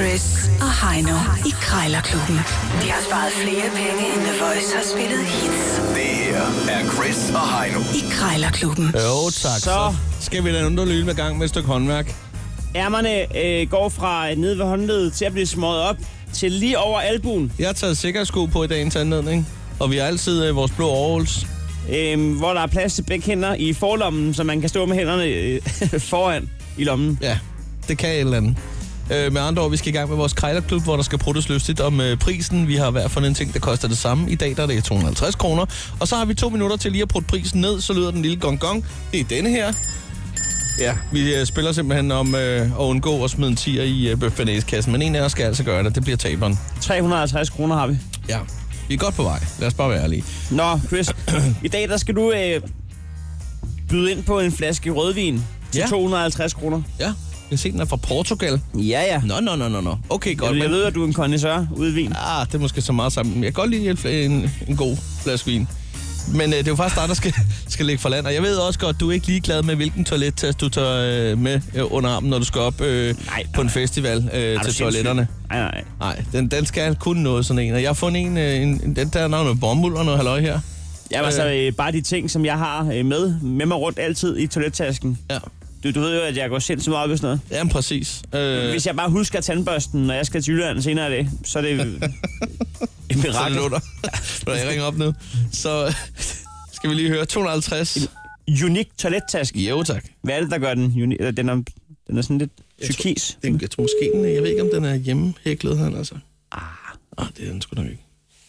Chris og Heino i Krejlerklubben. De har sparet flere penge, end The Voice har spillet hits. Det her er Chris og Heino i Krejlerklubben. Jo, tak. Så skal vi da underlyde med gang med et stykke håndværk. Ærmerne går fra nede ved håndledet til at blive smået op til lige over albuen. Jeg har taget sikkerhedssko på i dagens anledning, og vi har altid vores blå overalls. Hvor der er plads til begge hænder i forlommen, så man kan stå med hænderne foran i lommen. Ja, det kan et eller andet. Med andre ord, vi skal i gang med vores Krejlerklub, hvor der skal pruttes lystigt om prisen. Vi har hver fundet en ting, der koster det samme. I dag der er det 250 kroner. Og så har vi 2 minutter til lige at prutte prisen ned, så lyder den lille gong-gong. Det er denne her. Ja, vi spiller simpelthen om at undgå at smide en 10'er i bøf-bearnaisekassen. Men en af os skal altså gøre det. Det bliver taberen. 350 kroner har vi. Ja, vi er godt på vej. Lad os bare være ærlige. Nå, Chris. I dag der skal du byde ind på en flaske rødvin til 250 kroner. Ja, jeg kan se, den er fra Portugal. Ja. Nå. Okay, godt. Jeg ved, at du er en connoisseur ude i vin. Ah, det er måske så meget sammen. Jeg kan godt lide en god flaske vin. Men det er jo faktisk dig, der skal ligge for land. Og jeg ved også godt, du er ikke ligeglad med, hvilken toilettest du tager med under armen, når du skal op på en festival til toiletterne. Nej, den skal kun noget sådan en. Og jeg har fundet den der er noget bomuld og noget halløj her. Ja, altså bare de ting, som jeg har med mig rundt altid i toilettasken. Ja. Du ved jo, at jeg går sindssygt meget op i sådan noget. Jamen, præcis. Hvis jeg bare husker tandbørsten, når jeg skal til Jylland senere i dag, så er det et mirakel. Når jeg ringer op nu, så skal vi lige høre 250. En unik toilettaske. Jo, tak. Hvad er det, der gør den unik? Den er sådan lidt tyrkis. Jeg tror måske, jeg ved ikke, om den er hjemmehæklet her, altså. Det er den sgu nok ikke.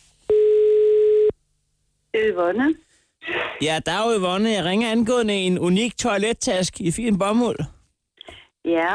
Yvonne. Ja, der er jo Yvonne. Jeg ringer angående en unik toilettaske i fin bomuld. Ja.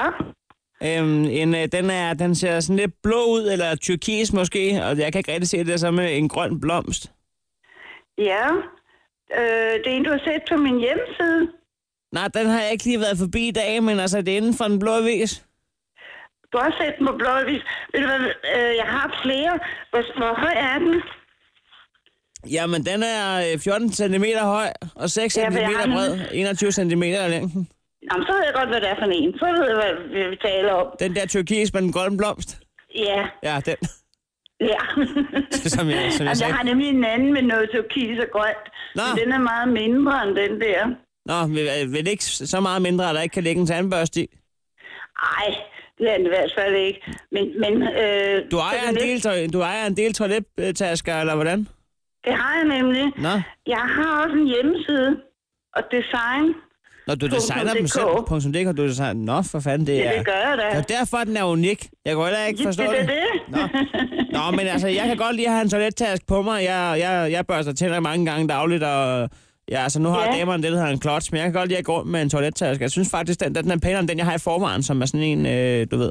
Den ser sådan lidt blå ud, eller tyrkis måske, og jeg kan ikke rigtig se det som en grøn blomst. Ja. Det er en, du har set på min hjemmeside. Nej, den har jeg ikke lige været forbi i dag, men altså, det er inden for den blå avis. Du har set den på blå avis. Ved du hvad, jeg har flere. Hvor høj er den? Jamen, den er 14 cm høj og 6 cm bred, 21 cm i længden. Jamen, så ved jeg godt, hvad det er for en. Så ved jeg, hvad vi taler om. Den der tyrkis med den grønne blomst? Ja. Ja, den. Ja. som jeg sagde. Jeg har nemlig en anden med noget tyrkis og grønt. Men den er meget mindre end den der. Nå, vil det ikke så meget mindre, at der ikke kan ligge en tandbørste i? Nej, det er den i hvert fald ikke. Men du ejer en del toilettasker, eller hvordan? Det har jeg nemlig. Nå. Jeg har også en hjemmeside og design. Når du designer dem selv, du designer. Nå, for fanden, det det gør jeg da. Det er derfor, den er unik. Jeg kan heller ikke forstå det. Det. Nå, men altså, jeg kan godt lide at have en toilettask på mig. Jeg børster tænder mange gange dagligt, og altså, nu har damerne det, der hedder en klods, men jeg kan godt lide at gå med en toilettask. Jeg synes faktisk, den er pænere end den, jeg har i forvejen, som er sådan en, du ved,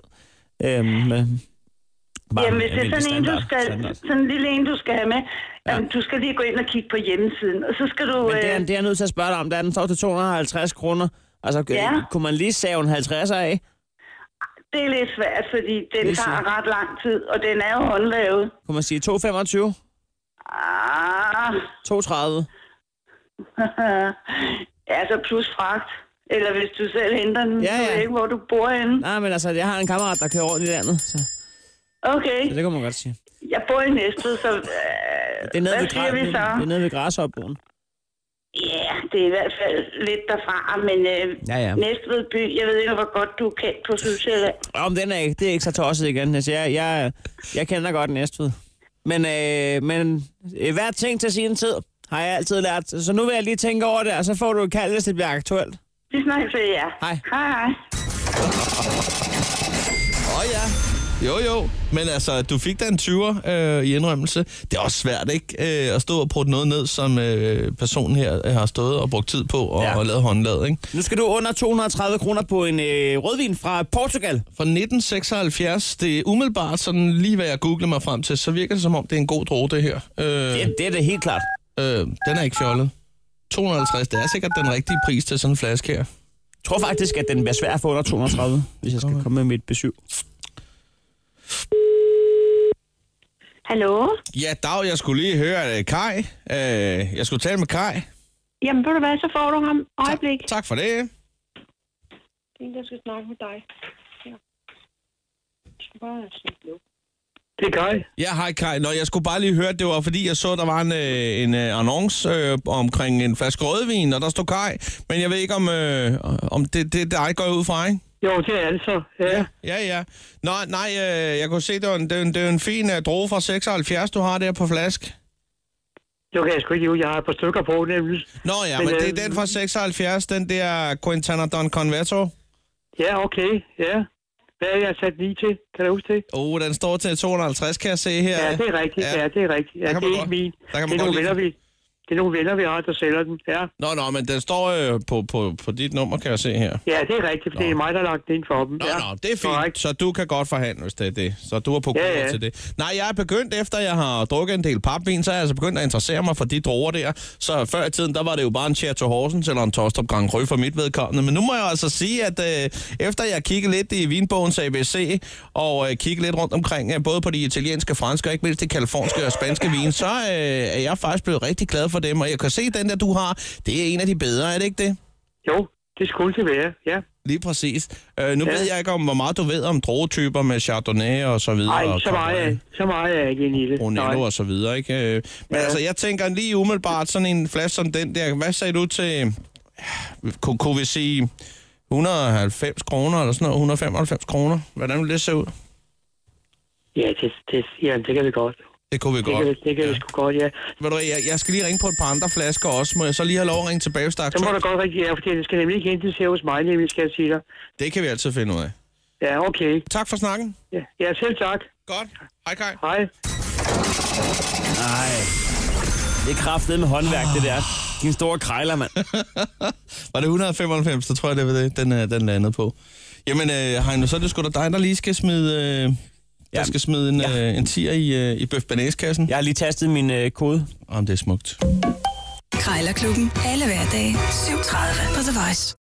jamen, hvis det er sådan en lille en, du skal have med, jamen, du skal lige gå ind og kigge på hjemmesiden, og så skal du... Men det er jeg nødt til at spørge dig om, den står til 250 kroner. Altså, kunne man lige save en 50'er af? Det er lidt svært, fordi den tager ret lang tid, og den er jo håndlavet. Kunne man sige 225? 230? Altså plus fragt. Eller hvis du selv henter den, så ved ikke, hvor du bor henne. Nej, men altså, jeg har en kammerat, der kører rundt i landet, så... Okay. Så det kan man godt sige. Jeg bor i Næstved, så det er nede ved Græshopbroen. Ja, det er i hvert fald lidt derfra, men Næstved by, jeg ved ikke, hvor godt du er kendt på Sydsjælland. Det er ikke så tosset igen. Altså, jeg kender godt Næstved. Men hver ting til sin tid har jeg altid lært. Så nu vil jeg lige tænke over det, og så får du et kald, hvis det bliver aktuelt. Vi snakkes ved jer. Hej. Hej. Ja. Jo. Men altså, du fik da en 20'er i indrømmelse. Det er også svært, ikke? At stå og putte noget ned, som personen her har stået og brugt tid på og lavet håndlaget, ikke? Nu skal du under 230 kroner på en rødvin fra Portugal. Fra 1976. Det er umiddelbart sådan, lige hvad jeg googler mig frem til, så virker det som om, det er en god droge, det her. Det er det helt klart. Den er ikke fjollet. 250, det er sikkert den rigtige pris til sådan en flaske her. Jeg tror faktisk, at den bliver svær at få under 230, hvis jeg skal komme med mit besøg. Hallo? Ja, Dag, jeg skulle lige høre Kai. Jeg skulle tale med Kai. Jamen, ved du hvad, så får du ham. Øjeblik. Tak for det. Det er en, der skal snakke med dig. Ja. Det er Kai. Ja, hej Kai. Nå, jeg skulle bare lige høre, det var fordi, jeg så, der var en annonce omkring en flaske rødvin, og der stod Kai. Men jeg ved ikke, om det dig går ud fra, ikke? Jo, det er altså, ja. Ja. Nå, nej, jeg kunne se, det er en fin droge fra 76, du har der på flaske. Det kan jeg sgu ikke, jeg har et par stykker på, nemlig. Nå ja, men det er den fra 76, den der Quintana Don Converto. Ja, okay, ja. Hvad er jeg sat lige til? Kan du huske det? Den står til 250, kan jeg se her. Ja, det er rigtigt. Ja, det er rigtigt. Ja, det er ikke min. Det er nogle venner, vi har, der sælger den. Ja. Nå, men den står på dit nummer, kan jeg se her. Ja, det er rigtigt, for det er mig, der har lagt den ind for dem. Nå, det er fint. Correct. Så du kan godt forhandle, hvis det er det. Så du er på kurs til det. Nej, jeg er begyndt, efter jeg har drukket en del papvin, så er jeg altså begyndt at interessere mig for de druer der. Så før i tiden, der var det jo bare en Chateau Horsens eller en Tostrup Grand Cru for mit vedkommende. Men nu må jeg altså sige, at efter jeg kigger lidt i vinbogens ABC, og kigger lidt rundt omkring, både på de italienske, franske og ikke mindst de kaliforniske og spanske vin, så er jeg faktisk blevet rigtig glad for dem. Og jeg kan se, den der, du har, det er en af de bedre, er det ikke det? Jo, det skulle det være, ja. Lige præcis. Nu ved jeg ikke, hvor meget du ved om druetyper med Chardonnay og så videre. Nej, så meget er jeg ikke inde i det. Brunello og så videre, ikke? Men altså, jeg tænker lige umiddelbart, sådan en flaske som den der, hvad sagde du til, kunne vi sige, 190 kroner eller sådan noget, 195 kroner? Hvordan vil det se ud? Ja, det kan vi godt. Det kunne vi godt. Det kan vi sgu godt, ja. Ved du, jeg skal lige ringe på et par andre flasker også. Må jeg så lige have lov at ringe tilbage, Stak? Så må du godt ringe, ja, fordi det skal nemlig ikke hentes her hos mig, nemlig skal jeg sige dig. Det kan vi altid finde ud af. Ja, okay. Tak for snakken. Ja, selv tak. Godt. Hej, Kai. Hej. Nej. Det er kraftet med håndværk, det der. Din store krejler, mand. Var det 195, så tror jeg, det var det, den landede på. Jamen, Heino, så er det sgu da dig, der lige skal smide... Jeg skal smide en tier i bøf banæskassen. Jeg har lige tastet min kode. Det er smukt. Krejlerklubben. Alle hverdage. 7:30 på The Voice.